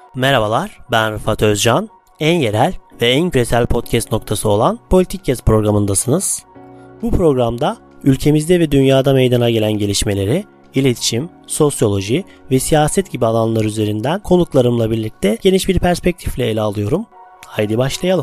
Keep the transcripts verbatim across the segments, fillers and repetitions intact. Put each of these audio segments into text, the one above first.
Merhabalar, ben Rıfat Özcan. En yerel ve en küresel podcast noktası olan Politikcast programındasınız. Bu programda ülkemizde ve dünyada meydana gelen gelişmeleri, iletişim, sosyoloji ve siyaset gibi alanlar üzerinden konuklarımla birlikte geniş bir perspektifle ele alıyorum. Haydi başlayalım.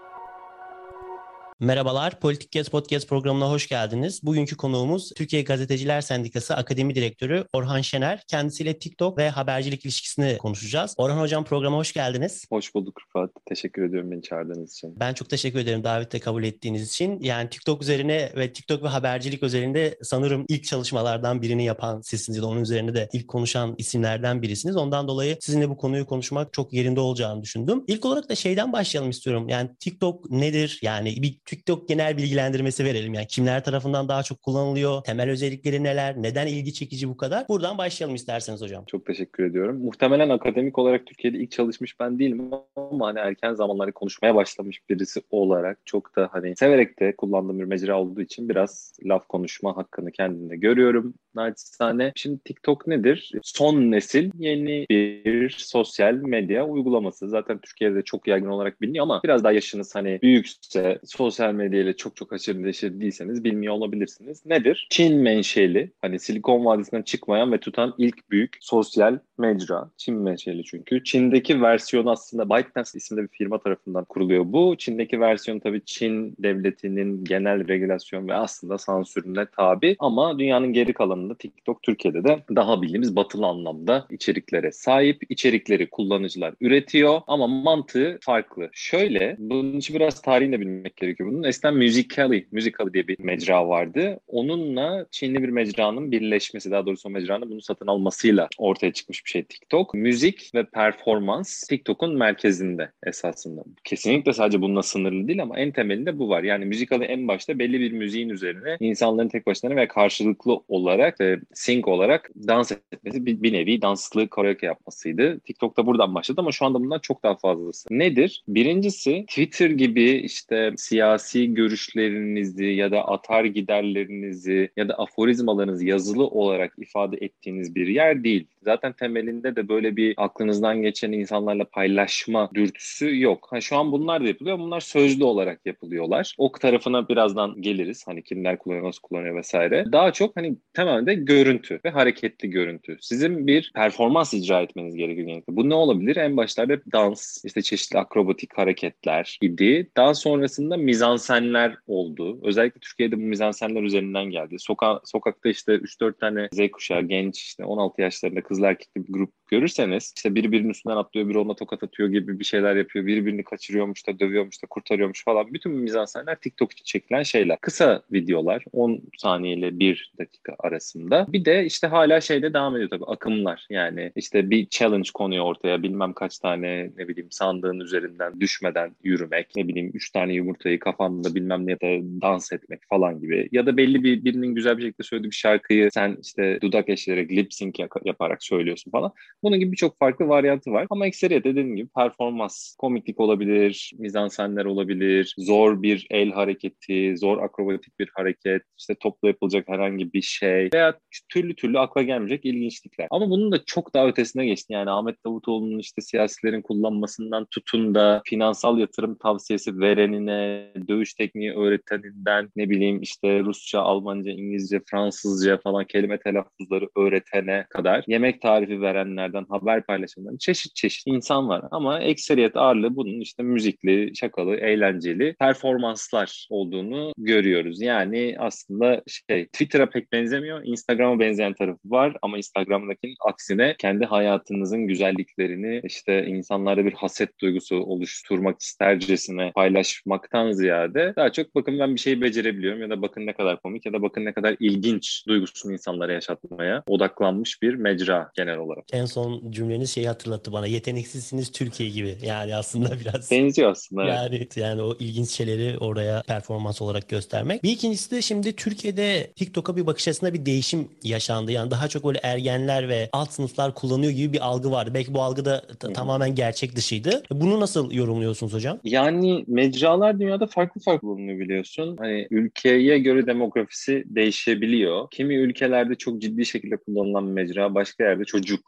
Merhabalar, Politikcast Podcast programına hoş geldiniz. Bugünkü konuğumuz Türkiye Gazeteciler Sendikası Akademi Direktörü Orhan Şener. Kendisiyle TikTok ve habercilik ilişkisini konuşacağız. Orhan Hocam, programa hoş geldiniz. Hoş bulduk Rıfat. Teşekkür ediyorum beni çağırdığınız için. Ben çok teşekkür ederim davette kabul ettiğiniz için. Yani TikTok üzerine ve TikTok ve habercilik üzerinde sanırım ilk çalışmalardan birini yapan sizsiniz ya da onun üzerine de ilk konuşan isimlerden birisiniz. Ondan dolayı sizinle bu konuyu konuşmak çok yerinde olacağını düşündüm. İlk olarak da şeyden başlayalım istiyorum. Yani TikTok nedir? Yani bir TikTok genel bilgilendirmesi verelim. Yani kimler tarafından daha çok kullanılıyor? Temel özellikleri neler? Neden ilgi çekici bu kadar? Buradan başlayalım isterseniz hocam. Çok teşekkür ediyorum. Muhtemelen akademik olarak Türkiye'de ilk çalışmış ben değilim ama hani erken zamanlarda konuşmaya başlamış birisi olarak çok da hani severek de kullandığım bir mecra olduğu için biraz laf konuşma hakkını kendimde görüyorum. Naçizane. Şimdi TikTok nedir? Son nesil yeni bir sosyal medya uygulaması. Zaten Türkiye'de çok yaygın olarak biliniyor ama biraz daha yaşınız hani büyükse, sosyal medya ile çok çok aşırı neşir değilseniz bilmiyor olabilirsiniz. Nedir? Çin menşeli, hani Silikon Vadisi'nden çıkmayan ve tutan ilk büyük sosyal mecra. Çin menşeli çünkü. Çin'deki versiyonu aslında ByteDance isimli bir firma tarafından kuruluyor bu. Çin'deki versiyonu tabii Çin devletinin genel regülasyon ve aslında sansürüne tabi ama dünyanın geri kalanı TikTok Türkiye'de de daha bildiğimiz batılı anlamda içeriklere sahip. İçerikleri kullanıcılar üretiyor ama mantığı farklı. Şöyle, bunun için biraz tarihini de bilmek gerekiyor. Bunun eskiden Musical.ly, Musical.ly diye bir mecra vardı. Onunla Çinli bir mecranın birleşmesi, daha doğrusu o mecranın bunu satın almasıyla ortaya çıkmış bir şey TikTok. Müzik ve performans TikTok'un merkezinde esasında. Kesinlikle sadece bununla sınırlı değil ama en temelinde bu var. Yani Musical.ly en başta belli bir müziğin üzerine insanların tek başlarına ve karşılıklı olarak e, sync olarak dans etmesi, bir, bir nevi danslı koreoke yapmasıydı. TikTok'ta buradan başladı ama şu anda bundan çok daha fazlası. Nedir? Birincisi Twitter gibi işte siyasi görüşlerinizi ya da atar giderlerinizi ya da aforizmalarınızı yazılı olarak ifade ettiğiniz bir yer değil. Zaten temelinde de böyle bir aklınızdan geçen insanlarla paylaşma dürtüsü yok. Ha, şu an bunlar da yapılıyor. Bunlar sözlü olarak yapılıyorlar. O tarafına birazdan geliriz. Hani kimler kullanıyor, nasıl kullanıyor vesaire. Daha çok hani temelde görüntü ve hareketli görüntü. Sizin bir performans icra etmeniz gerekiyor genellikle. Bu ne olabilir? En başlarda dans, işte çeşitli akrobatik hareketler idi. Daha sonrasında mizansenler oldu. Özellikle Türkiye'de bu mizansenler üzerinden geldi. Soka sokakta işte üç dört tane Z kuşağı genç, işte on altı yaşlarında kızlı erkekli bir grup görürseniz işte biri birinin üstünden atlıyor, biri ona tokat atıyor gibi bir şeyler yapıyor. Biri birini kaçırıyormuş da dövüyormuş da kurtarıyormuş falan. Bütün bu mizansenler TikTok için çekilen şeyler. Kısa videolar on saniye ile bir dakika arasında. Bir de işte hala şeyde devam ediyor tabii akımlar. Yani işte bir challenge konuyor ortaya. Bilmem kaç tane ne bileyim sandığın üzerinden düşmeden yürümek. Ne bileyim üç tane yumurtayı kafanda bilmem ne ya da dans etmek falan gibi. Ya da belli bir birinin güzel bir şekilde söylediği bir şarkıyı sen işte dudak eşleyerek lip sync yaparak söylüyorsun falan. Bunun gibi birçok farklı varyantı var. Ama ekseriyette dediğim gibi performans, komiklik olabilir, mizansenler olabilir, zor bir el hareketi, zor akrobatik bir hareket, işte topla yapılacak herhangi bir şey veya türlü türlü akla gelmeyecek ilginçlikler. Ama bunun da çok daha ötesine geçti. Yani Ahmet Davutoğlu'nun işte siyasilerin kullanmasından tutun da finansal yatırım tavsiyesi verenine, dövüş tekniği öğreteninden ne bileyim işte Rusça, Almanca, İngilizce, Fransızca falan kelime telaffuzları öğretene kadar yemek tarifi verenlerden haber paylaşanlardan çeşit çeşit insan var. Ama ekseriyet ağırlığı bunun işte müzikli, şakalı, eğlenceli performanslar olduğunu görüyoruz. Yani aslında şey Twitter'a pek benzemiyor. Instagram'a benzeyen tarafı var ama Instagram'dakinin aksine kendi hayatınızın güzelliklerini işte insanlarda bir haset duygusu oluşturmak istercesine paylaşmaktan ziyade daha çok bakın ben bir şey becerebiliyorum ya da bakın ne kadar komik ya da bakın ne kadar ilginç duygusunu insanlara yaşatmaya odaklanmış bir mecra genel olarak. En son cümleniz şeyi hatırlattı bana. Yeteneksizsiniz Türkiye gibi. Yani aslında biraz Benziyor aslında. Evet. yani yani o ilginç şeyleri oraya performans olarak göstermek. Bir ikincisi de şimdi Türkiye'de TikTok'a bir bakış açısında bir değişim yaşandı. Yani daha çok böyle ergenler ve alt sınıflar kullanıyor gibi bir algı vardı. Belki bu algı da t- tamamen gerçek dışıydı. Bunu nasıl yorumluyorsunuz hocam? Yani mecralar dünyada farklı farklı bulunuyor biliyorsun. Hani ülkeye göre demografisi değişebiliyor. Kimi ülkelerde çok ciddi şekilde kullanılan bir mecra, başka yerde çocukların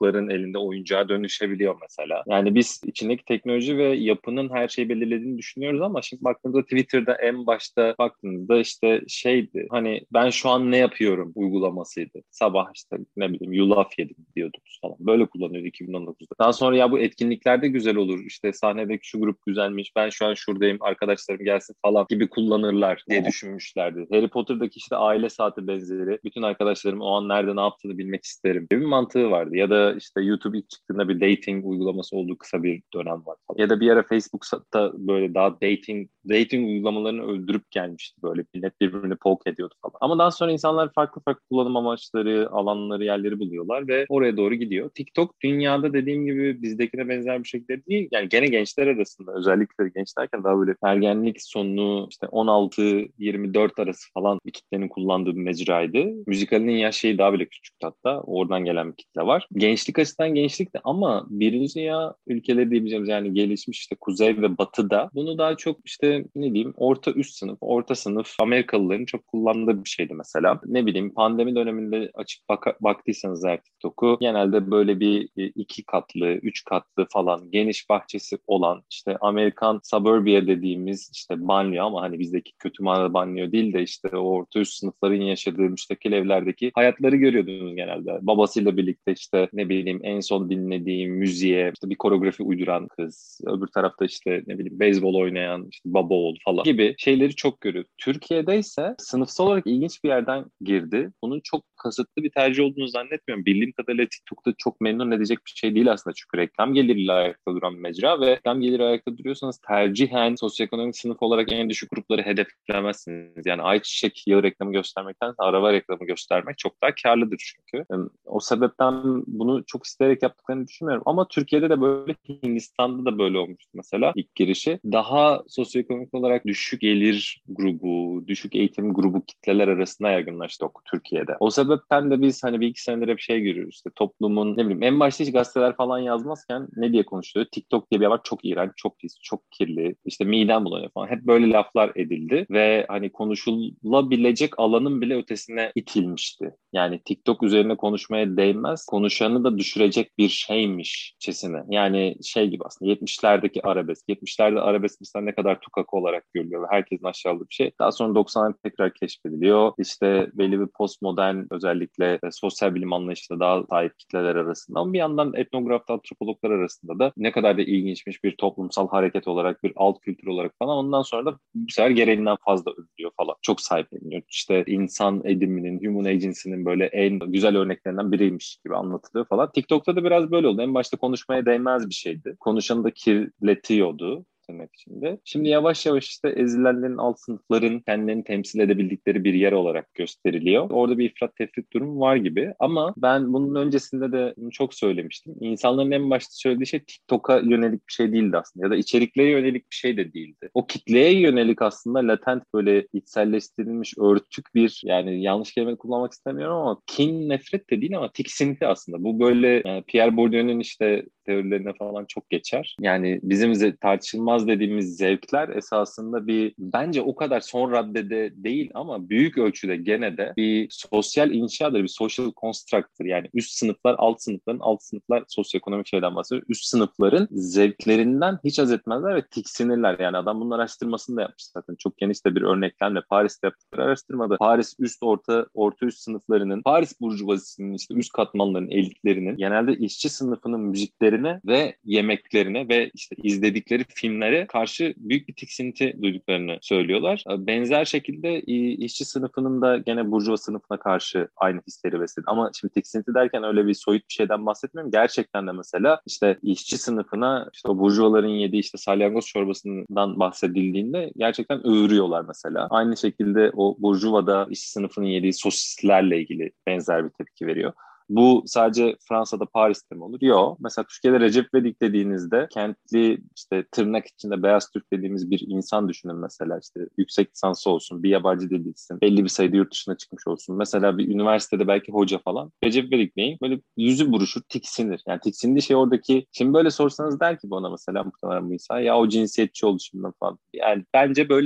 elinde oyuncağa dönüşebiliyor mesela. Yani biz içindeki teknoloji ve yapının her şeyi belirlediğini düşünüyoruz ama şimdi baktığımızda Twitter'da en başta baktığınızda işte şeydi, hani ben şu an ne yapıyorum uygulamasıydı. Sabah işte ne bileyim yulaf yedim diyordunuz falan. Böyle kullanıyordu iki bin on dokuzda. Daha sonra ya bu etkinliklerde güzel olur. İşte sahnedeki şu grup güzelmiş. Ben şu an şuradayım. Arkadaşlarım gelsin falan gibi kullanırlar diye düşünmüşlerdi. Harry Potter'daki işte aile saati benzeri. Bütün arkadaşlarım o an nerede ne yaptığını bilmek isterim gibi bir mantığı vardı. Ya da işte YouTube ilk çıktığında bir dating uygulaması olduğu kısa bir dönem var falan. Ya da bir ara Facebook'ta böyle daha dating dating uygulamalarını öldürüp gelmişti. Böyle millet birbirini poke ediyordu falan. Ama daha sonra insanlar farklı farklı kullanım amaçları, alanları, yerleri buluyorlar ve oraya doğru gidiyor. TikTok dünyada dediğim gibi bizdekine benzer bir şekilde değil. Yani gene gençler arasında, özellikle genç derken daha böyle ergenlik sonu işte on altı yirmi dört arası falan bir kitlenin kullandığı bir mecraydı. Müzikalinin yaş şeyi daha bile küçüktü hatta. Oradan gelen bir kitle var. Gençlik açısından gençlik de ama birinci dünya ülkeleri diyebileceğimiz yani gelişmiş işte kuzey ve batıda bunu daha çok işte ne diyeyim orta üst sınıf, orta sınıf Amerikalıların çok kullandığı bir şeydi mesela. Ne bileyim pandemi döneminde açıp baka, baktıysanız eğer TikTok'u genelde böyle bir iki katlı, üç katlı falan geniş bahçesi olan işte Amerikan suburbia dediğimiz işte banliyö ama hani bizdeki kötü manada banliyö değil de işte o orta üst sınıfların yaşadığı müstakil evlerdeki hayatları görüyordunuz genelde. Babasıyla birlikte işte ne bileyim en son dinlediğim müziğe işte bir koreografi uyduran kız, öbür tarafta işte ne bileyim beyzbol oynayan işte baba oğlu falan gibi şeyleri çok görüyoruz. Türkiye'de ise sınıfsal olarak ilginç bir yerden girdi. Bunun çok kasıtlı bir tercih olduğunu zannetmiyorum. Bildiğim kadarıyla TikTok'ta çok memnun edecek bir şey değil aslında. Çünkü reklam geliriyle ayakta duran bir mecra ve reklam geliri ayakta duruyorsanız tercihen sosyoekonomik sınıf olarak en düşük grupları hedeflemezsiniz. Yani ayçiçek yağı reklamı göstermekten araba reklamı göstermek çok daha karlıdır çünkü. Yani o sebepten bunu çok isteyerek yaptıklarını düşünmüyorum. Ama Türkiye'de de böyle, Hindistan'da da böyle olmuştu mesela ilk girişi. Daha sosyoekonomik olarak düşük gelir grubu, düşük eğitim grubu kitleler arasında yaygınlaştı o Türkiye'de. O sebepten de biz hani bir iki senedir hep şey görüyoruz işte toplumun ne bileyim en başta hiç gazeteler falan yazmazken ne diye konuşuluyor? TikTok diye bir yer var çok iğrenç, çok pis, çok kirli, işte midem bulanıyor falan. Hep böyle laflar edildi ve hani konuşulabilecek alanın bile ötesine itilmişti. Yani TikTok üzerine konuşmaya değmez, konuşanı da düşürecek bir şeymişçesine. Yani şey gibi aslında yetmişlerdeki arabesk. yetmişlerde arabesk mesela ne kadar tukaka olarak görülüyor ve herkesin aşağıladığı bir şey. Daha sonra doksanlarda tekrar keşfediliyor. İşte belli bir postmodern özellikle e, sosyal bilim anlayışına daha sahip kitleler arasında ama bir yandan etnografta antropologlar arasında da ne kadar da ilginçmiş bir toplumsal hareket olarak, bir alt kültür olarak falan. Ondan sonra da bu sefer gereğinden fazla övülüyor falan. Çok sahipleniyor. İşte insan ediminin, human agency'nin böyle en güzel örneklerinden biriymiş gibi anlatılıyor falan. TikTok'ta da biraz böyle oldu. En başta konuşmaya değmez bir şeydi. Konuşanı da kirletiyordu tırnak içinde. Şimdi yavaş yavaş işte ezilenlerin, alt sınıfların kendilerini temsil edebildikleri bir yer olarak gösteriliyor. Orada bir ifrat tefrit durumu var gibi ama ben bunun öncesinde de bunu çok söylemiştim. İnsanların en başta söylediği şey TikTok'a yönelik bir şey değildi aslında ya da içeriklere yönelik bir şey de değildi. O kitleye yönelik aslında latent böyle içselleştirilmiş örtük bir yani yanlış kelime kullanmak istemiyorum ama kin, nefret de değil ama tiksinti aslında. Bu böyle yani Pierre Bourdieu'nun işte teorilerine falan çok geçer. Yani bizim ze- tartışılmaz dediğimiz zevkler esasında bir bence o kadar son raddede değil ama büyük ölçüde gene de bir sosyal inşadır, bir social construct'tır. Yani üst sınıflar, alt sınıfların, alt sınıflar sosyoekonomik şeyden bahsediyor. Üst sınıfların zevklerinden hiç haz etmezler ve tiksinirler. Yani adam bunun araştırmasını da yapmış zaten. Çok geniş de bir örneklemle Paris'te yaptıkları araştırmada Paris üst orta orta üst sınıflarının, Paris burjuvazisinin işte üst katmanların, elitlerinin genelde işçi sınıfının müzikleri ve yemeklerine ve işte izledikleri filmlere karşı büyük bir tiksinti duyduklarını söylüyorlar. Benzer şekilde işçi sınıfının da gene burjuva sınıfına karşı aynı hisleri besledi. Ama şimdi tiksinti derken öyle bir soyut bir şeyden bahsetmiyorum. Gerçekten de mesela işte işçi sınıfına işte o burjuvaların yediği işte salyangoz çorbasından bahsedildiğinde gerçekten övürüyorlar mesela. Aynı şekilde o burjuvada işçi sınıfının yediği sosislerle ilgili benzer bir tepki veriyor. Bu sadece Fransa'da, Paris'te mi olur? Yok. Mesela Türkiye'de Recep İvedik dediğinizde kentli işte tırnak içinde beyaz Türk dediğimiz bir insan düşünün mesela işte yüksek lisansı olsun, bir yabancı dil bilsin, belli bir sayıda yurt dışına çıkmış olsun. Mesela bir üniversitede belki hoca falan. Recep İvedik neyin? Böyle yüzü buruşur, tiksinir. Yani tiksindiği şey oradaki, şimdi böyle sorsanız der ki bana mesela muhtemelen bu insan ya o cinsiyetçi oldu şimdiden falan. Yani bence böyle değil.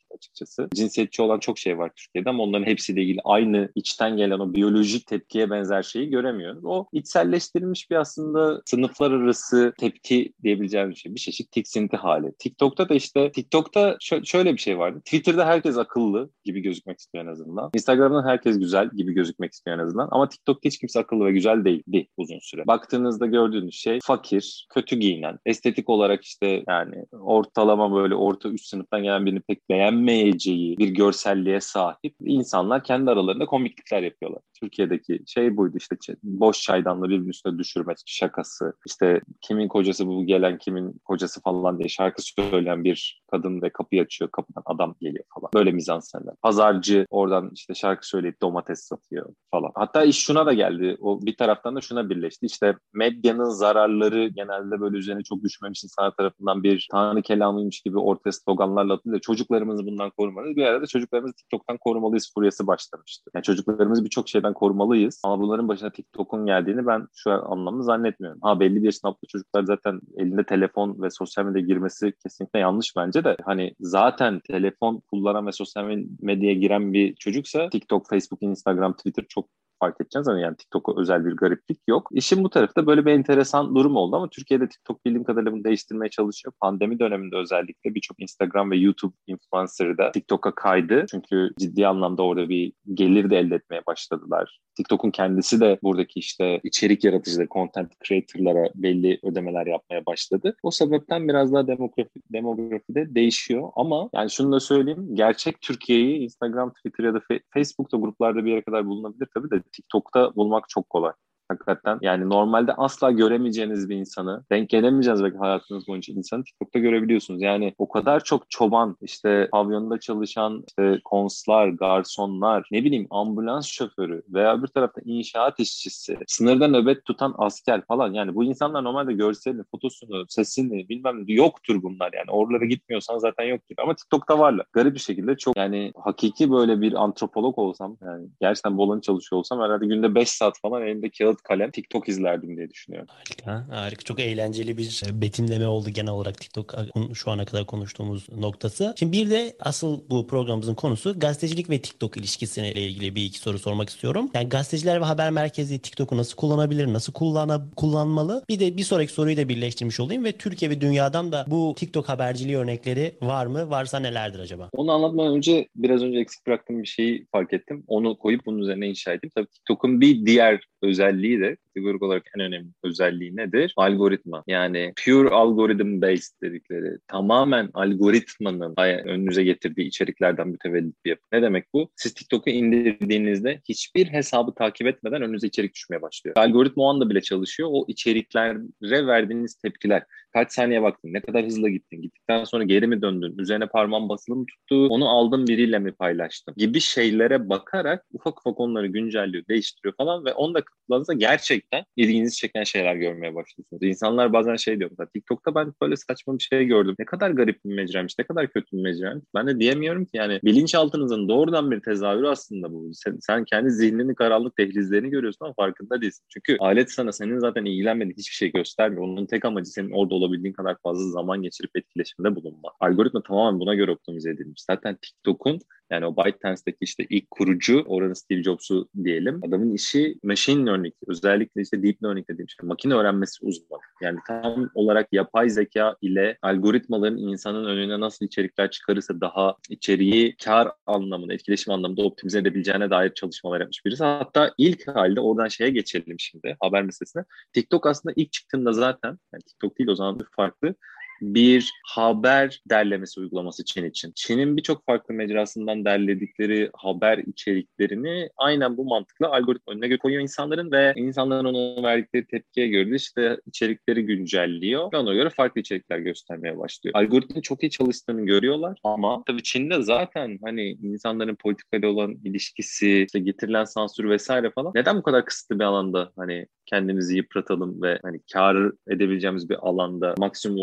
açıkçası. Cinsiyetçi olan çok şey var Türkiye'de ama onların hepsiyle ilgili aynı içten gelen o biyolojik tepkiye benzer şeyi göremiyoruz. O içselleştirilmiş bir aslında sınıflar arası tepki diyebileceğim bir şey. Bir çeşit tiksinti hali. TikTok'ta da işte TikTok'ta şö- şöyle bir şey vardı. Twitter'da herkes akıllı gibi gözükmek istiyor en azından. Instagram'da herkes güzel gibi gözükmek istiyor en azından. Ama TikTok'ta hiç kimse akıllı ve güzel değildi uzun süre. Baktığınızda gördüğünüz şey fakir, kötü giyinen, estetik olarak işte yani ortalama böyle orta üst sınıftan gelen birini pek beğenmeyeceği bir görselliğe sahip insanlar kendi aralarında komiklikler yapıyorlar. Türkiye'deki şey buydu işte boş çaydanlığı birbirinin üstüne düşürme şakası. İşte kimin kocası bu gelen kimin kocası falan diye şarkı söyleyen bir kadın ve kapıyı açıyor. Kapıdan adam geliyor falan. Böyle mizansenler. Pazarcı oradan işte şarkı söyleyip domates satıyor falan. Hatta iş şuna da geldi. O bir taraftan da şuna birleşti. İşte medyanın zararları genelde böyle üzerine çok düşmemiş insanlar tarafından bir tanrı kelamıymış gibi ortaya sloganlarla atılıyor. Çocuklarımızı bundan korumalıyız. Bir arada çocuklarımızı TikTok'tan korumalıyız furyası başlamıştı. Yani çocuklarımızı birçok şeyden korumalıyız. Ama bunların başına TikTok'un geldiğini ben şu an anlamda zannetmiyorum. Ha belli bir yaşın altında çocuklar zaten elinde telefon ve sosyal medya girmesi kesinlikle yanlış bence de. Hani zaten telefon kullanan ve sosyal medyaya giren bir çocuksa TikTok, Facebook, Instagram, Twitter çok fark edeceğiz ama yani TikTok'a özel bir gariplik yok. İşin bu tarafta böyle bir enteresan durum oldu ama Türkiye'de TikTok bildiğim kadarıyla bunu değiştirmeye çalışıyor. Pandemi döneminde özellikle birçok Instagram ve YouTube influencer'ı da TikTok'a kaydı. Çünkü ciddi anlamda orada bir gelir de elde etmeye başladılar. TikTok'un kendisi de buradaki işte içerik yaratıcıları, content creator'lara belli ödemeler yapmaya başladı. O sebepten biraz daha demografi, demografi de değişiyor ama yani şunu da söyleyeyim. Gerçek Türkiye'yi Instagram, Twitter ya da Facebook'ta gruplarda bir yere kadar bulunabilir tabii de TikTok'ta bulmak çok kolay. Hakikaten yani normalde asla göremeyeceğiniz bir insanı, denk gelemeyeceğiniz belki hayatınız boyunca insanı TikTok'ta görebiliyorsunuz. Yani o kadar çok çoban, işte pavyonda çalışan işte konslar, garsonlar, ne bileyim ambulans şoförü veya bir tarafta inşaat işçisi, sınırda nöbet tutan asker falan. Yani bu insanlar normalde görselini, fotosunu, sesini bilmem ne yoktur bunlar yani. Oralara gitmiyorsan zaten yoktur. Ama TikTok'ta varlar. Garip bir şekilde çok yani hakiki böyle bir antropolog olsam yani gerçekten bu alanı çalışıyor olsam herhalde günde beş saat falan elimde kağıt kalem TikTok izlerdim diye düşünüyorum. Harika, harika. Çok eğlenceli bir betimleme oldu genel olarak TikTok şu ana kadar konuştuğumuz noktası. Şimdi bir de asıl bu programımızın konusu gazetecilik ve TikTok ilişkisiyle ilgili bir iki soru sormak istiyorum. Yani gazeteciler ve haber merkezi TikTok'u nasıl kullanabilir, nasıl kullana, kullanmalı? Bir de bir sonraki soruyu da birleştirmiş olayım ve Türkiye ve dünyadan da bu TikTok haberciliği örnekleri var mı? Varsa nelerdir acaba? Onu anlatmadan önce biraz önce eksik bıraktığım bir şeyi fark ettim. Onu koyup bunun üzerine inşa edeyim. Tabii TikTok'un bir diğer özelliği de kategorik olarak en önemli özelliği nedir? Algoritma. Yani pure algorithm based dedikleri tamamen algoritmanın önünüze getirdiği içeriklerden mütevellit bir yapı. Ne demek bu? Siz TikTok'u indirdiğinizde hiçbir hesabı takip etmeden önünüze içerik düşmeye başlıyor. Algoritma o anda bile çalışıyor. O içeriklere verdiğiniz tepkiler. Kaç saniye baktın? Ne kadar hızlı gittin? Gittikten sonra geri mi döndün? Üzerine parmağın basılı mı tuttu? Onu aldın biriyle mi paylaştın? Gibi şeylere bakarak ufak ufak onları güncelliyor, değiştiriyor falan ve on dakikalarınızda gerçekten ilginizi çeken şeyler görmeye başlıyorsunuz. İnsanlar bazen şey diyor mesela TikTok'ta ben böyle saçma bir şey gördüm. Ne kadar garip bir mecraymış, ne kadar kötü bir mecraymış. Ben de diyemiyorum ki yani bilinçaltınızın doğrudan bir tezahürü aslında bu. Sen, sen kendi zihninin karanlık dehlizlerini görüyorsun ama farkında değilsin. Çünkü alet sana senin zaten ilgilenmediğin hiçbir şey göstermiyor. Onun tek amacı senin orada olabildiğin kadar fazla zaman geçirip etkileşimde bulunma. Algoritma tamamen buna göre optimize edilmiş. Zaten TikTok'un yani o ByteDance'daki işte ilk kurucu oranın Steve Jobs'u diyelim. Adamın işi machine learning, özellikle işte deep learning dediğim şey, makine öğrenmesi uzmanı. Yani tam olarak yapay zeka ile algoritmaların insanın önüne nasıl içerikler çıkarırsa daha içeriği kar anlamında, etkileşim anlamında optimize edebileceğine dair çalışmalar yapmış birisi. Hatta ilk halde oradan şeye geçelim şimdi, haber meselesine. TikTok aslında ilk çıktığında zaten, yani TikTok değil o zaman bir farklı, bir haber derlemesi uygulaması Çin için. Çin'in birçok farklı mecrasından derledikleri haber içeriklerini aynen bu mantıkla algoritma önüne koyuyor insanların ve insanların ona verdikleri tepkiye göre işte içerikleri güncelliyor ve ona göre farklı içerikler göstermeye başlıyor. Algoritmanın çok iyi çalıştığını görüyorlar ama tabii Çin'de zaten hani insanların politikayla olan ilişkisi, işte getirilen sansür vesaire falan neden bu kadar kısıtlı bir alanda hani kendimizi yıpratalım ve hani kar edebileceğimiz bir alanda maksimum ulaşmayalım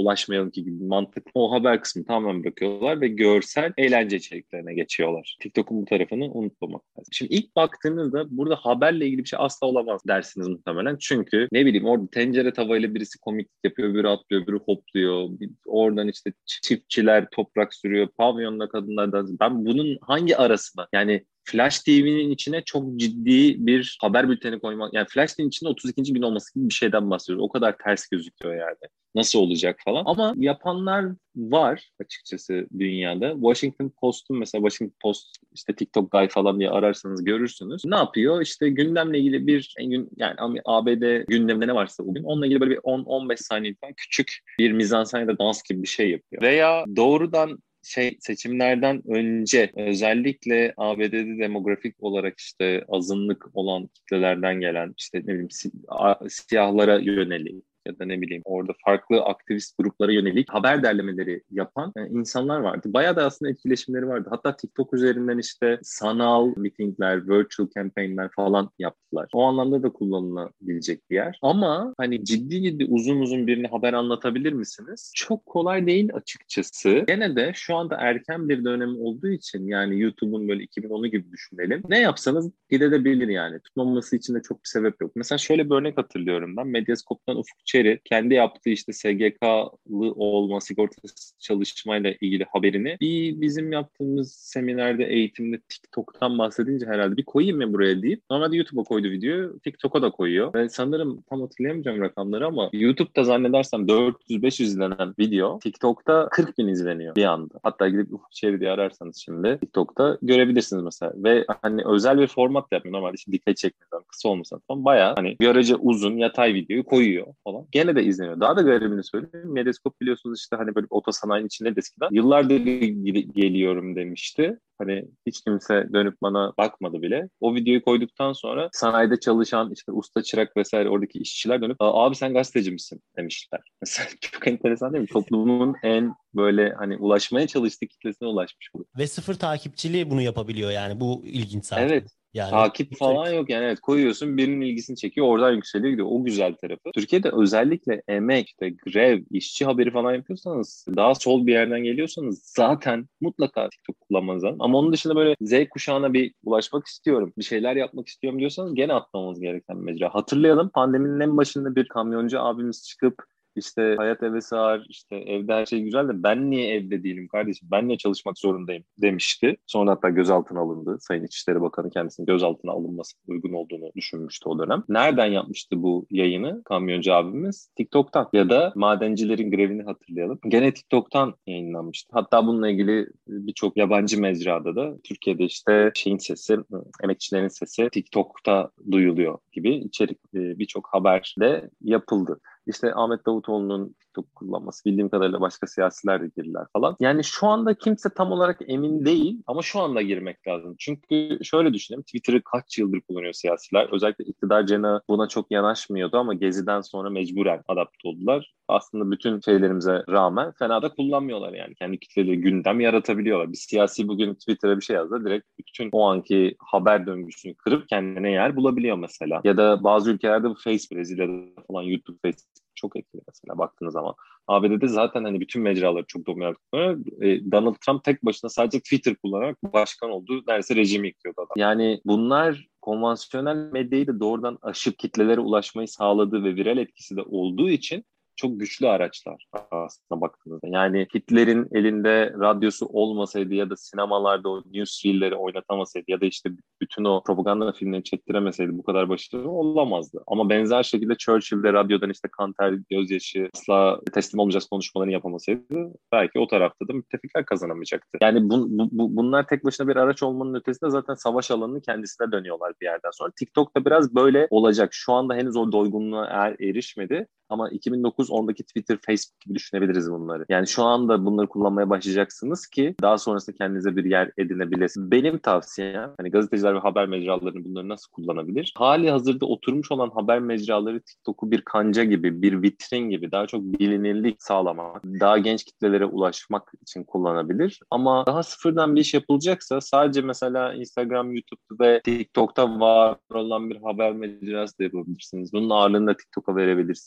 Instagram'daki gibi mantıklı. O haber kısmını tamamen bırakıyorlar ve görsel eğlence içeriklerine geçiyorlar. TikTok'un bu tarafını unutmamak lazım. Şimdi ilk baktığınızda burada haberle ilgili bir şey asla olamaz dersiniz muhtemelen. Çünkü ne bileyim orada tencere tavayla birisi komiklik yapıyor, biri atlıyor, biri hopluyor. Oradan işte çiftçiler toprak sürüyor, pavyonda kadınlar da. Ben bunun hangi arasına yani Flash T V'nin içine çok ciddi bir haber bülteni koymak. Yani Flash T V'nin içinde otuz ikinci gün olması gibi bir şeyden bahsediyoruz. O kadar ters gözüküyor yani. Nasıl olacak falan. Ama yapanlar var açıkçası dünyada. Washington Post'un mesela Washington Post işte TikTok Guy falan diye ararsanız görürsünüz. Ne yapıyor? İşte gündemle ilgili bir yani A B D gündeminde ne varsa bugün onunla ilgili böyle bir on on beş saniye falan küçük bir mizansen ya da dans gibi bir şey yapıyor. Veya doğrudan şey seçimlerden önce özellikle A B D'de demografik olarak işte azınlık olan kitlelerden gelen işte ne bileyim si- a- siyahlara yönelik ya da ne bileyim orada farklı aktivist gruplara yönelik haber derlemeleri yapan e, insanlar vardı. Bayağı da aslında etkileşimleri vardı. Hatta TikTok üzerinden işte sanal mitingler, virtual campaignler falan yaptılar. O anlamda da kullanılabilecek bir yer. Ama hani ciddi ciddi uzun uzun birine haber anlatabilir misiniz? Çok kolay değil açıkçası. Gene de şu anda erken bir dönem olduğu için yani YouTube'un böyle iki bin onu gibi düşünelim. Ne yapsanız gidebilir yani. Tutmaması için de çok bir sebep yok. Mesela şöyle bir örnek hatırlıyorum ben. Medyascope'dan Ufuk Çeri kendi yaptığı işte S G K'lı olma sigortası çalışmayla ilgili haberini bir bizim yaptığımız seminerde eğitimde TikTok'tan bahsedince herhalde bir koyayım mı buraya deyip normalde YouTube'a koydu videoyu TikTok'a da koyuyor. Ve sanırım tam hatırlayamayacağım rakamları ama YouTube'da zannedersem dört yüz beş yüz izlenen video TikTok'ta kırk bin izleniyor bir anda. Hatta gidip Ufuk Çeri diye ararsanız şimdi TikTok'ta görebilirsiniz mesela. Ve hani özel bir format da yapmıyor. Normalde işte dikey çekmeden kısa olmasa falan bayağı hani görece uzun yatay videoyu koyuyor falan. Gene de izleniyor. Daha da garibini söyleyeyim. Medyascope biliyorsunuz işte hani böyle otosanayinin içinde de eskiden yıllardır geliyorum demişti. Hani hiç kimse dönüp bana bakmadı bile. O videoyu koyduktan sonra sanayide çalışan işte usta çırak vesaire oradaki işçiler dönüp abi sen gazeteci misin demişler. Mesela çok enteresan değil mi? Toplumun en böyle hani ulaşmaya çalıştığı kitlesine ulaşmış bu. Ve sıfır takipçili bunu yapabiliyor yani. Bu ilginç zaten. Evet. Yani Takip falan yok yani evet koyuyorsun birinin ilgisini çekiyor oradan yükseliyor gidiyor o güzel tarafı. Türkiye'de özellikle emek, işte grev, işçi haberi falan yapıyorsanız daha sol bir yerden geliyorsanız zaten mutlaka TikTok kullanmanız lazım. Ama onun dışında böyle Z kuşağına bir ulaşmak istiyorum, bir şeyler yapmak istiyorum diyorsanız gene atmamız gereken bir mecra. Hatırlayalım pandeminin en başında bir kamyoncu abimiz çıkıp İşte hayat eve sığar, işte evde her şey güzel de ben niye evde değilim kardeşim, ben niye çalışmak zorundayım demişti. Sonra hatta gözaltına alındı. Sayın İçişleri Bakanı kendisinin gözaltına alınması uygun olduğunu düşünmüştü o dönem. Nereden yapmıştı bu yayını kamyoncu abimiz? TikTok'tan ya da madencilerin grevini hatırlayalım. Gene TikTok'tan yayınlanmıştı. Hatta bununla ilgili birçok yabancı mecrada da Türkiye'de işte şeyin sesi, emekçilerin sesi TikTok'ta duyuluyor gibi içerik birçok haber de yapıldı. İşte Ahmet Davutoğlu'nun TikTok kullanması, bildiğim kadarıyla başka siyasiler de girdiler falan. Yani şu anda kimse tam olarak emin değil ama şu anda girmek lazım. Çünkü şöyle düşünelim, Twitter'ı kaç yıldır kullanıyor siyasiler? Özellikle iktidar cenahı buna çok yanaşmıyordu ama Gezi'den sonra mecburen adapte oldular. Aslında bütün şeylerimize rağmen fena da kullanmıyorlar yani. Kendi kitleleri gündem yaratabiliyorlar. Bir siyasi bugün Twitter'a bir şey yazdı, direkt bütün o anki haber döngüsünü kırıp kendine yer bulabiliyor mesela. Ya da bazı ülkelerde bu Facebook, Brezilya'da falan YouTube, Facebook çok etkili mesela baktığınız zaman. A B D'de zaten hani bütün mecraları çok dominant kullanıyor. E, Donald Trump tek başına sadece Twitter kullanarak başkan oldu. Neredeyse rejimi yıkıyordu adam. Yani bunlar konvansiyonel medyayı da doğrudan aşıp kitlelere ulaşmayı sağladığı ve viral etkisi de olduğu için çok güçlü araçlar aslında baktığınızda. Yani Hitler'in elinde radyosu olmasaydı ya da sinemalarda o newsreel'leri oynatamasaydı ya da işte bütün o propaganda filmlerini çektiremeseydi bu kadar başarılı olamazdı. Ama benzer şekilde Churchill'de radyodan işte kan ter, gözyaşı, asla teslim olmayacağız konuşmalarını yapamasaydı belki o tarafta da müttefikler kazanamayacaktı. Yani bu, bu, bu, bunlar tek başına bir araç olmanın ötesinde zaten savaş alanının kendisine dönüyorlar bir yerden sonra. TikTok'ta biraz böyle olacak. Şu anda henüz o doygunluğa er, erişmedi. Ama iki bin dokuz ondaki Twitter, Facebook gibi düşünebiliriz bunları. Yani şu anda bunları kullanmaya başlayacaksınız ki daha sonrasında kendinize bir yer edinebilirsiniz. Benim tavsiyem, hani gazeteciler ve haber mecralarını bunları nasıl kullanabilir? Hali hazırda oturmuş olan haber mecraları TikTok'u bir kanca gibi, bir vitrin gibi daha çok bilinirlik sağlamak, daha genç kitlelere ulaşmak için kullanabilir. Ama daha sıfırdan bir iş yapılacaksa sadece mesela Instagram, YouTube ve TikTok'ta var olan bir haber mecrası da yapabilirsiniz. Bunun ağırlığını da TikTok'a verebilirsiniz.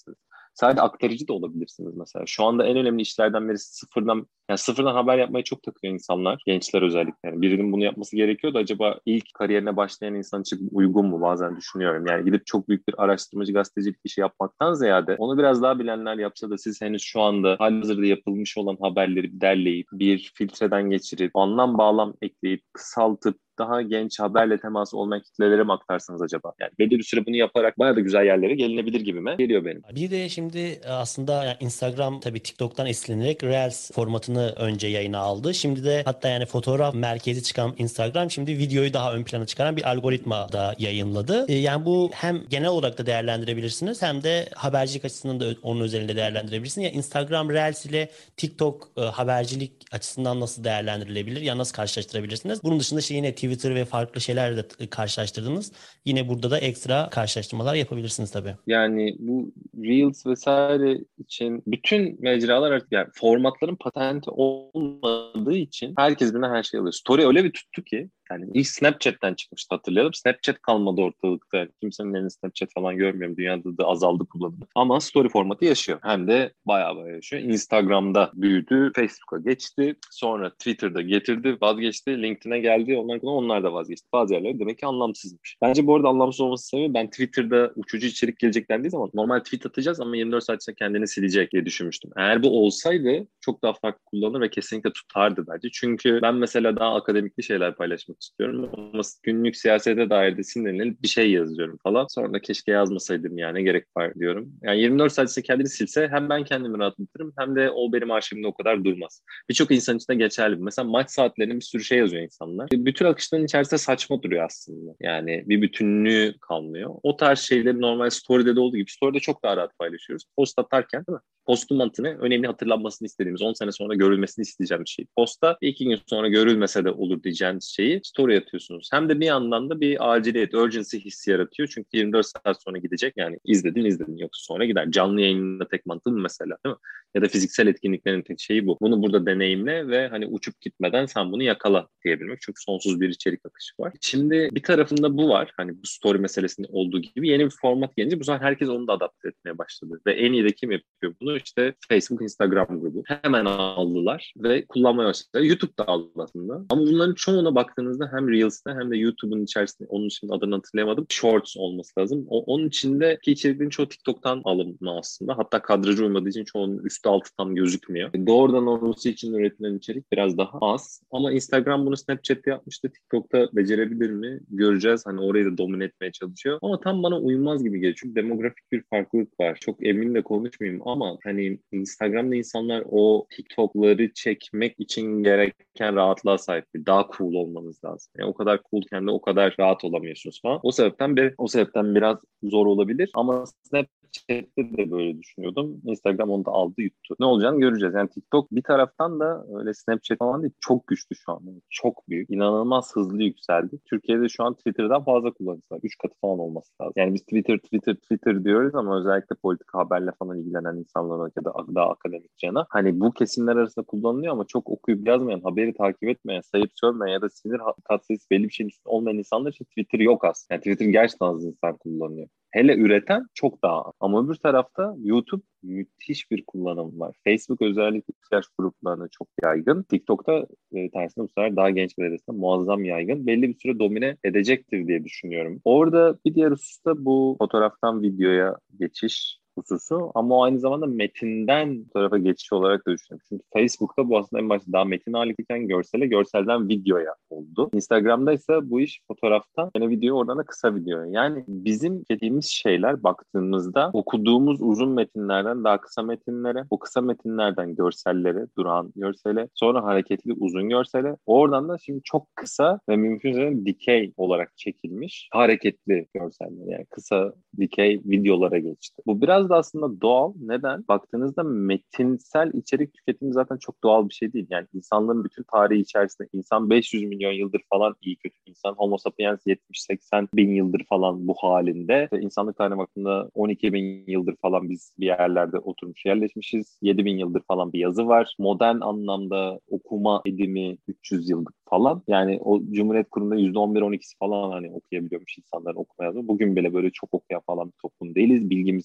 Sadece aktarıcı da olabilirsiniz mesela. Şu anda en önemli işlerden birisi sıfırdan, yani sıfırdan haber yapmayı çok takıyor insanlar. Gençler özellikle. Yani birinin bunu yapması gerekiyor da acaba ilk kariyerine başlayan insan için uygun mu, bazen düşünüyorum. Yani gidip çok büyük bir araştırmacı, gazetecilik işi yapmaktan ziyade onu biraz daha bilenler yapsa da siz henüz şu anda halihazırda yapılmış olan haberleri derleyip bir filtreden geçirip anlam bağlam ekleyip kısaltıp daha genç, haberle teması olmayan kitlelere mi aktarsanız acaba? Yani belli bir süre bunu yaparak bayağı da güzel yerlere gelinebilir gibime geliyor benim. Bir de şimdi aslında yani Instagram tabii TikTok'tan esinlenerek Reels formatını önce yayına aldı. Şimdi de hatta yani fotoğraf merkezi çıkan Instagram şimdi videoyu daha ön plana çıkaran bir algoritma da yayınladı. E, Yani bu hem genel olarak da değerlendirebilirsiniz hem de habercilik açısından da onun özelinde değerlendirebilirsiniz. Ya Instagram Reels ile TikTok e, habercilik açısından nasıl değerlendirilebilir? Ya nasıl karşılaştırabilirsiniz? Bunun dışında şey yine Twitter ve farklı şeylerle de e, karşılaştırdınız. Yine burada da ekstra karşılaştırmalar yapabilirsiniz tabii. Yani bu Reels vesaire için bütün mecralar artık, yani formatların patenti olmadığı için herkes birbirine her şey alıyor. Story öyle bir tuttu ki, yani ilk Snapchat'ten çıkmıştı, hatırlayalım. Snapchat kalmadı ortalıkta. Yani kimsenin elinde Snapchat falan görmüyorum. Dünyada da azaldı kullanımı. Ama story formatı yaşıyor. Hem de bayağı bayağı yaşıyor. Instagram'da büyüdü. Facebook'a geçti. Sonra Twitter'da getirdi. Vazgeçti. LinkedIn'e geldi. Onlar, onlar da vazgeçti. Bazı yerler demek ki anlamsızmış. Bence bu arada anlamsız olması sebebi, ben Twitter'da uçucu içerik gelecek dendiği zaman normal tweet atacağız ama yirmi dört saat içinde kendini silecek diye düşünmüştüm. Eğer bu olsaydı çok daha farklı kullanır ve kesinlikle tutardı bence. Çünkü ben mesela daha akademikli şeyler paylaşmak istiyorum ama günlük siyasete dair de sinirlenip bir şey yazıyorum falan. Sonra da keşke yazmasaydım, yani ne gerek var diyorum. Yani yirmi dört saat içinde kendini silse hem ben kendimi rahatlatırım hem de o benim arşivimde o kadar durmaz. Birçok insan için de geçerli. Mesela maç saatlerinde bir sürü şey yazıyor insanlar. Bütün akışların içerisinde saçma duruyor aslında. Yani bir bütünlüğü kalmıyor. O tarz şeyleri normal story'de de olduğu gibi story'de çok daha rahat paylaşıyoruz. Post atarken, değil mi? Postun mantığı önemli, hatırlanmasını istediğimiz, on sene sonra görülmesini isteyeceğimiz şey. Posta iki gün sonra görülmese de olur diyeceğiniz şeyi story atıyorsunuz. Hem de bir yandan da bir aciliyet, urgency hissi yaratıyor. Çünkü yirmi dört saat sonra gidecek. Yani izledin izledin, yoksa sonra gider. Canlı yayında tek mantığı mı mesela, değil mi? Ya da fiziksel etkinliklerin tek şeyi bu. Bunu burada deneyimle ve hani uçup gitmeden sen bunu yakala diyebilmek. Çünkü sonsuz bir içerik akışı var. Şimdi bir tarafında bu var. Hani bu story meselesinde olduğu gibi yeni bir format gelince bu sefer herkes onu da adapte etmeye başladı. Ve en iyi de kim yapıyor bunu? İşte Facebook, Instagram grubu. Hemen aldılar ve kullanmaya başladılar. YouTube da aldı aslında. Ama bunların çoğuna baktığınızda hem Reels'te hem de YouTube'un içerisinde, onun için adını hatırlayamadım, Shorts olması lazım. O, onun içindeki içeriklerin çoğu TikTok'tan alınma aslında. Hatta kadrajı uymadığı için çoğunun üstü altı tam gözükmüyor. Doğrudan orası için üretilen içerik biraz daha az. Ama Instagram bunu Snapchat'te yapmıştı. TikTok'ta becerebilir mi? Göreceğiz. Hani orayı da domine etmeye çalışıyor. Ama tam bana uymaz gibi geliyor. Çünkü demografik bir farklılık var. Çok emin de konuşmayayım ama hani Instagram'da insanlar o TikTok'ları çekmek için gereken rahatlığa sahip. Daha cool olmanız lazım. Yani o kadar coolken de o kadar rahat olamıyorsunuz falan. O sebepten bir, o sebepten biraz zor olabilir. Ama Snapchat'te de böyle düşünüyordum. Instagram onu da aldı yuttu. Ne olacağını göreceğiz. Yani TikTok bir taraftan da öyle Snapchat falan değil, çok güçlü şu an. Yani çok büyük. İnanılmaz hızlı yükseldi. Türkiye'de şu an Twitter'dan fazla kullanıcısı var. Üç katı falan olması lazım. Yani biz Twitter, Twitter, Twitter diyoruz ama özellikle politika haberle falan ilgilenen insanlar olarak ya da daha akademik cana, hani bu kesimler arasında kullanılıyor ama çok okuyup yazmayan, haberi takip etmeyen, sayıp sövmeyen ya da sinir katsayısı belli bir şeyin üstünde olmayan insanlar için Twitter yok aslında. Yani Twitter gerçekten az insan kullanıyor. Hele üreten çok daha az. Ama öbür tarafta YouTube müthiş bir kullanım var. Facebook özellikle yaş gruplarına çok yaygın. TikTok'ta e, tersine bu sefer daha gençler arasında muazzam yaygın. Belli bir süre domine edecektir diye düşünüyorum. Orada bir diğer husus da bu fotoğraftan videoya geçiş hususu, ama o aynı zamanda metinden fotoğrafa geçiş olarak da düşünüyorum. Çünkü Facebook'ta bu aslında en başta daha metin ağırlıklıyken görsele, görselden videoya oldu. Instagram'da ise bu iş fotoğraftan yani video, oradan da kısa video. Yani bizim dediğimiz şeyler baktığımızda okuduğumuz uzun metinlerden daha kısa metinlere, o kısa metinlerden görsellere, duran görsele, sonra hareketli uzun görsele, oradan da şimdi çok kısa ve mümkünse dikey olarak çekilmiş hareketli görseller, yani kısa dikey videolara geçti. Bu biraz da aslında doğal. Neden? Baktığınızda metinsel içerik tüketimi zaten çok doğal bir şey değil. Yani insanlığın bütün tarihi içerisinde insan beş yüz milyon yıldır falan, iyi kötü insan Homo sapiens yetmiş seksen bin yıldır falan bu halinde. Ve insanlık tarihine baktığında on iki bin yıldır falan biz bir yerlerde oturmuş yerleşmişiz. yedi bin yıldır falan bir yazı var. Modern anlamda okuma edimi üç yüz yıldır falan. Yani o Cumhuriyet kurumunda yüzde on bir on ikisi falan hani okuyabiliyormuş insanların, okuma yazma. Bugün bile böyle çok okuyan falan bir toplum değiliz. Bilgimizi okuyarak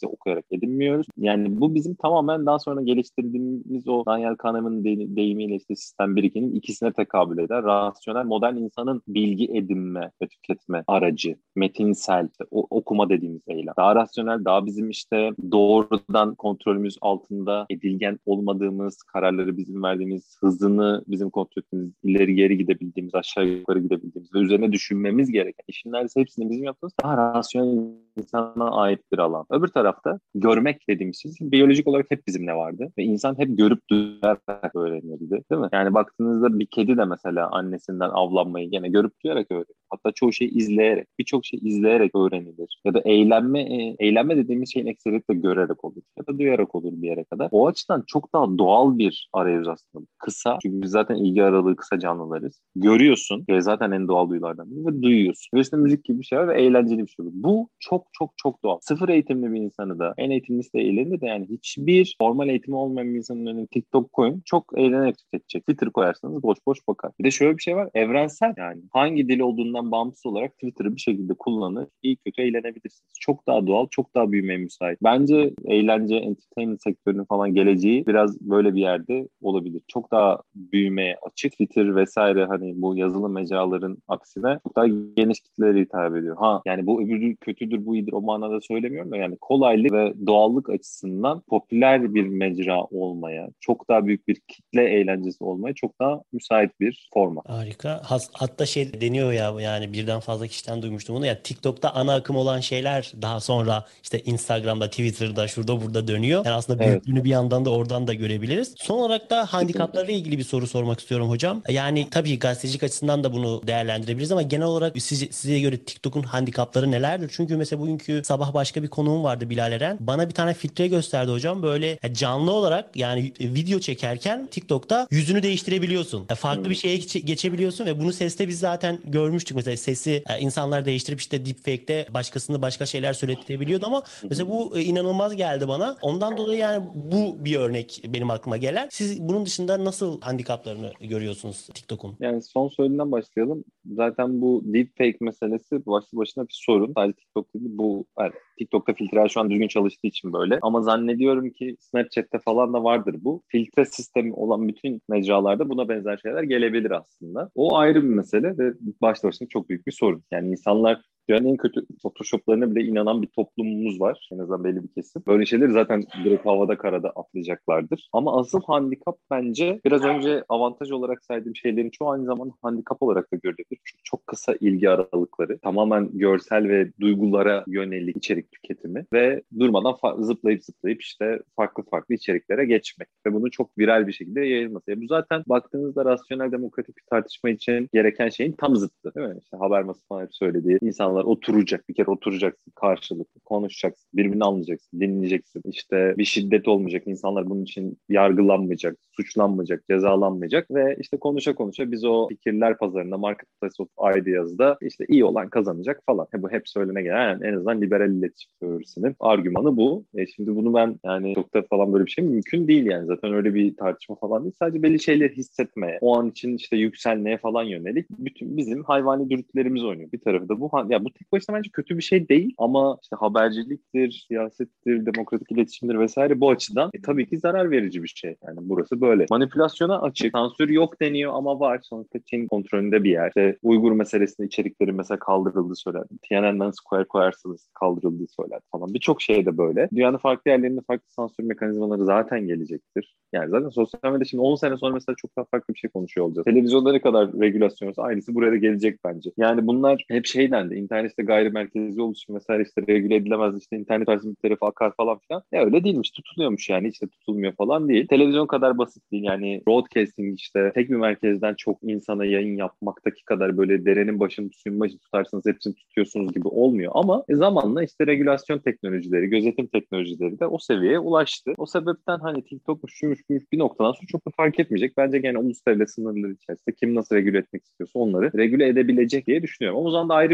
olarak edinmiyoruz. Yani bu bizim tamamen daha sonra geliştirdiğimiz o Daniel Kahneman'ın de- deyimiyle işte sistem bir ikinin ikisine tekabül eder. Rasyonel modern insanın bilgi edinme ve tüketme aracı, metinsel, işte o, okuma dediğimiz eylem. Daha rasyonel, daha bizim işte doğrudan kontrolümüz altında edilgen olmadığımız, kararları bizim verdiğimiz, hızını bizim kontrol ettiğimiz, ileri geri gidebildiğimiz, aşağı yukarı gidebildiğimiz ve üzerine düşünmemiz gereken işin neredeyse hepsini bizim yaptığımız daha rasyonel insana ait bir alan. Öbür tarafta görmek dediğimiz şey biyolojik olarak hep bizimle vardı ve insan hep görüp duyarak öğrenirdi, değil mi? Yani baktığınızda bir kedi de mesela annesinden avlanmayı gene görüp duyarak öğrenir. Hatta çoğu şey izleyerek, birçok şey izleyerek öğrenilir. Ya da eğlenme, e, eğlenme dediğimiz şeyin ekseriyetle görerek olur ya da duyarak olur bir yere kadar. O açıdan çok daha doğal bir arayüz aslında. Kısa, çünkü biz zaten ilgi aralığı kısa canlılarız. Görüyorsun ve zaten en doğal duyulardan biri ve duyuyorsun. Ve işte müzik gibi bir şey var ve eğlenceli bir şey olur. Bu çok çok çok doğal. Sıfır eğitimli bir insanı da, en eğitimlisi de eğlenir de yani hiçbir formal eğitimi olmayan bir insanın önüne TikTok koyun çok eğlenerek tüketecek. Twitter koyarsanız boş boş bakar. Bir de şöyle bir şey var. Evrensel yani. Hangi dil olduğundan bağımsız olarak Twitter'ı bir şekilde kullanır. İyi kötü eğlenebilirsiniz. Çok daha doğal, çok daha büyümeye müsait. Bence eğlence, entertainment sektörünün falan geleceği biraz böyle bir yerde olabilir. Çok daha büyümeye açık. Twitter vesaire hani bu yazılı mecraların aksine çok daha geniş kitlelere hitap ediyor. Ha yani bu öbürü kötüdür, bu iyidir o manada söylemiyorum da yani kolaylık ve doğallık açısından popüler bir mecra olmaya, çok daha büyük bir kitle eğlencesi olmaya çok daha müsait bir format. Harika. Has- Hatta şey deniyor ya, yani birden fazla kişiden duymuştum bunu ya, TikTok'ta ana akım olan şeyler daha sonra işte Instagram'da, Twitter'da, şurada burada dönüyor. Yani aslında Evet, büyüklüğünü bir yandan da oradan da görebiliriz. Son olarak da kesinlikle. handikaplarla ilgili bir soru sormak istiyorum hocam. Yani tabii gazetecilik açısından da bunu değerlendirebiliriz ama genel olarak size, size göre TikTok'un handikapları nelerdir? Çünkü mesela bugünkü sabah başka bir konuğum vardı, Bilal Eren. Bana bir tane filtre gösterdi hocam. Böyle canlı olarak yani video çekerken TikTok'ta yüzünü değiştirebiliyorsun. Farklı bir Hmm. şeye geç- geçebiliyorsun ve bunu seste biz zaten görmüştük. Mesela sesi e, insanlar değiştirip işte deepfake'te başkasını başka şeyler söyletebiliyordu ama Hı hı. mesela bu e, inanılmaz geldi bana. Ondan dolayı yani bu bir örnek benim aklıma gelen. Siz bunun dışında nasıl handikaplarını görüyorsunuz TikTok'un? Yani son söylediğinden başlayalım. Zaten bu deepfake meselesi başlı başına bir sorun. Sadece TikTok değil, bu yani TikTok'ta filtreler şu an düzgün çalıştığı için böyle. Ama zannediyorum ki Snapchat'te falan da vardır bu. Filtre sistemi olan bütün mecralarda buna benzer şeyler gelebilir aslında. O ayrı bir mesele ve başlı başına çok büyük bir sorun. Yani insanlar dünyanın en kötü Photoshop'larına bile inanan bir toplumumuz var. En azından belli bir kesim. Böyle şeyleri zaten direkt havada karada atlayacaklardır. Ama asıl handikap bence biraz önce avantaj olarak saydığım şeylerin çoğu aynı zamanda handikap olarak da görülebilir. Çünkü çok kısa ilgi aralıkları, tamamen görsel ve duygulara yönelik içerik tüketimi ve durmadan fa- zıplayıp zıplayıp işte farklı farklı içeriklere geçmek ve bunun çok viral bir şekilde yayılması. Yani bu zaten baktığınızda rasyonel demokratik bir tartışma için gereken şeyin tam zıttı, değil mi? İşte haber masası falan hep söylediği insanlar oturacak, bir kere oturacaksın karşılıklı, konuşacaksın, birbirini anlayacaksın, dinleyeceksin. İşte bir şiddet olmayacak, insanlar bunun için yargılanmayacak, suçlanmayacak, cezalanmayacak ve işte konuşa konuşa biz o fikirler pazarında, Marketplace of Ideas'da işte iyi olan kazanacak falan. He, bu hep söylene gelen yani en azından liberal iletişim teorisinin argümanı bu. E şimdi bunu ben yani doktor falan böyle bir şey mümkün değil yani. Zaten öyle bir tartışma falan değil. Sadece belli şeyleri hissetmeye, o an için işte yükselmeye falan yönelik bütün bizim hayvani dürtülerimiz oynuyor. Bir tarafı da bu. Ya bu tek başına bence kötü bir şey değil ama işte haberciliktir, siyasettir, demokratik iletişimdir vesaire bu açıdan e, tabii ki zarar verici bir şey. Yani burası böyle. Manipülasyona açık. Sansür yok deniyor ama var. Sonuçta Çin kontrolünde bir yer. İşte Uygur meselesinde içeriklerin mesela kaldırıldığı söylendi. Tiananmen Square koyarsanız kaldırıldığı söylendi falan. Birçok şey de böyle. Dünyanın farklı yerlerinde farklı sansür mekanizmaları zaten gelecektir. Yani zaten sosyal medyada şimdi on sene sonra mesela çok daha farklı bir şey konuşuyor olacağız. Televizyonda ne kadar regülasyon olsa aynısı buraya da gelecek bence. Yani bunlar hep şey dendi. İnternette gayrimerkezli oluşum vesaire işte regüle edilemez, işte internet arasında bir tarafı akar falan filan. Ya öyle değilmiş. Tutuluyormuş yani. Hiç de tutulmuyor falan değil. Televizyon kadar basit değil. Yani broadcasting işte tek bir merkezden çok insana yayın yapmaktaki kadar böyle derenin başını suyun başını tutarsanız hepsini tutuyorsunuz gibi olmuyor. Ama e, zamanla işte regülasyon teknolojileri, gözetim teknolojileri de o seviyeye ulaştı. O sebepten hani TikTok'muş, şuymuş, buymuş bir noktadan sonra çok da fark etmeyecek. Bence gene ulus devlet sınırları içerisinde kim nasıl regüle etmek istiyorsa onları regüle edebilecek diye düşünüyorum. Ama o zaman da ayrı bir şey çıkacak.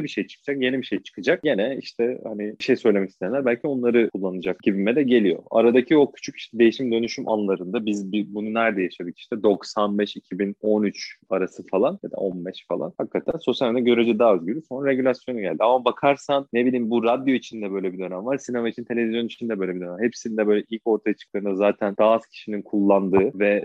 çalışacak, yeni bir şey çıkacak. Gene işte hani bir şey söylemek isteyenler belki onları kullanacak gibime de geliyor. Aradaki o küçük işte değişim dönüşüm anlarında biz bir, bunu nerede yaşadık işte doksan beş iki bin on üç arası falan ya da on beş falan. Hakikaten sosyal medya görece daha özgür. Sonra regülasyonu geldi. Ama bakarsan ne bileyim bu radyo için de böyle bir dönem var. Sinema için, televizyon için de böyle bir dönem var. Hepsinde böyle ilk ortaya çıktığında zaten daha az kişinin kullandığı ve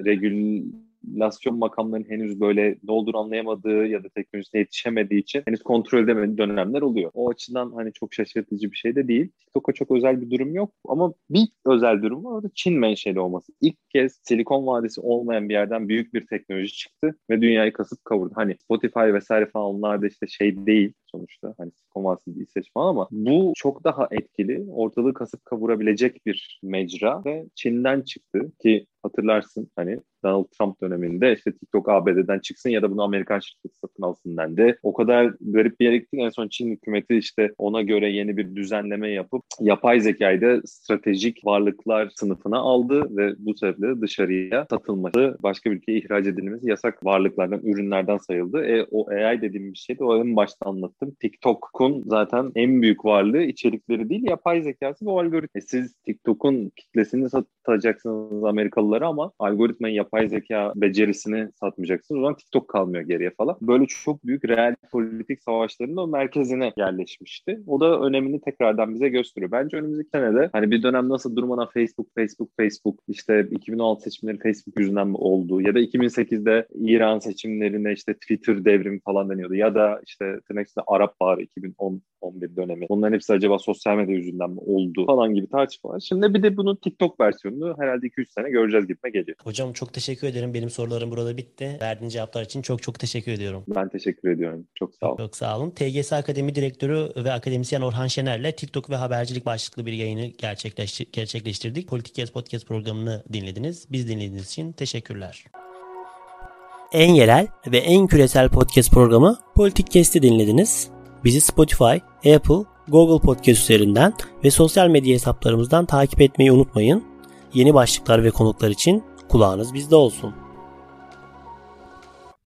regülasyon makamlarının henüz böyle ne olduğunu anlayamadığı ya da teknolojisine yetişemediği için henüz kontrol edemediği dönemler oluyor. O açıdan hani çok şaşırtıcı bir şey de değil. TikTok'a çok özel bir durum yok ama bir özel durum var. O da Çin menşeli olması. İlk kez Silikon Vadisi olmayan bir yerden büyük bir teknoloji çıktı ve dünyayı kasıp kavurdu. Hani Spotify vesaire falan onlar da işte şey değil sonuçta. Hani Silikon Vadisi değil İsveç falan ama bu çok daha etkili. Ortalığı kasıp kavurabilecek bir mecra ve Çin'den çıktı ki hatırlarsın hani Donald Trump döneminde işte TikTok A B D'den çıksın ya da bunu Amerikan şirketi satın alsın dendi. O kadar garip bir yere gittik. En son Çin hükümeti işte ona göre yeni bir düzenleme yapıp yapay zekayı da stratejik varlıklar sınıfına aldı ve bu sebeple dışarıya satılması, başka bir ülkeye ihraç edilmesi yasak varlıklardan, ürünlerden sayıldı. E, o A I dediğim bir şey de o en başta anlattım. TikTok'un zaten en büyük varlığı içerikleri değil, yapay zekası ve o algoritma. E, siz TikTok'un kitlesini satacaksınız Amerikalılara ama algoritmanın yapay zeka becerisini satmayacaksınız. O zaman TikTok kalmıyor geriye falan. Böyle çok büyük reel politik savaşların da merkezine yerleşmişti. O da önemini tekrardan bize gösteriyor. Bence önümüzdeki senede hani bir dönem nasıl durmadan Facebook, Facebook, Facebook işte iki bin on altı seçimleri Facebook yüzünden mi oldu ya da iki bin sekizde İran seçimlerine işte Twitter devrimi falan deniyordu ya da işte tırnakçıda Arap Baharı iki bin on on bir dönemi. Bunların hepsi acaba sosyal medya yüzünden mi oldu falan gibi tartışmalar. Şimdi bir de bunun TikTok versiyonunu herhalde iki üç sene göreceğiz gibime geliyor. Hocam çok teşekkür ederim. Benim sorularım burada bitti. Verdiğin cevaplar için çok çok teşekkür ediyorum. Ben teşekkür ediyorum. Çok sağ olun. Çok sağ olun. T G S Akademi Direktörü ve akademisyen Orhan Şener'le TikTok ve habercilik başlıklı bir yayını gerçekleştir- gerçekleştirdik. Politikez Podcast programını dinlediniz. Biz dinlediğiniz için teşekkürler. En yerel ve en küresel podcast programı Politikkez'i dinlediniz. Bizi Spotify, Apple, Google Podcast üzerinden ve sosyal medya hesaplarımızdan takip etmeyi unutmayın. Yeni başlıklar ve konuklar için kulağınız bizde olsun.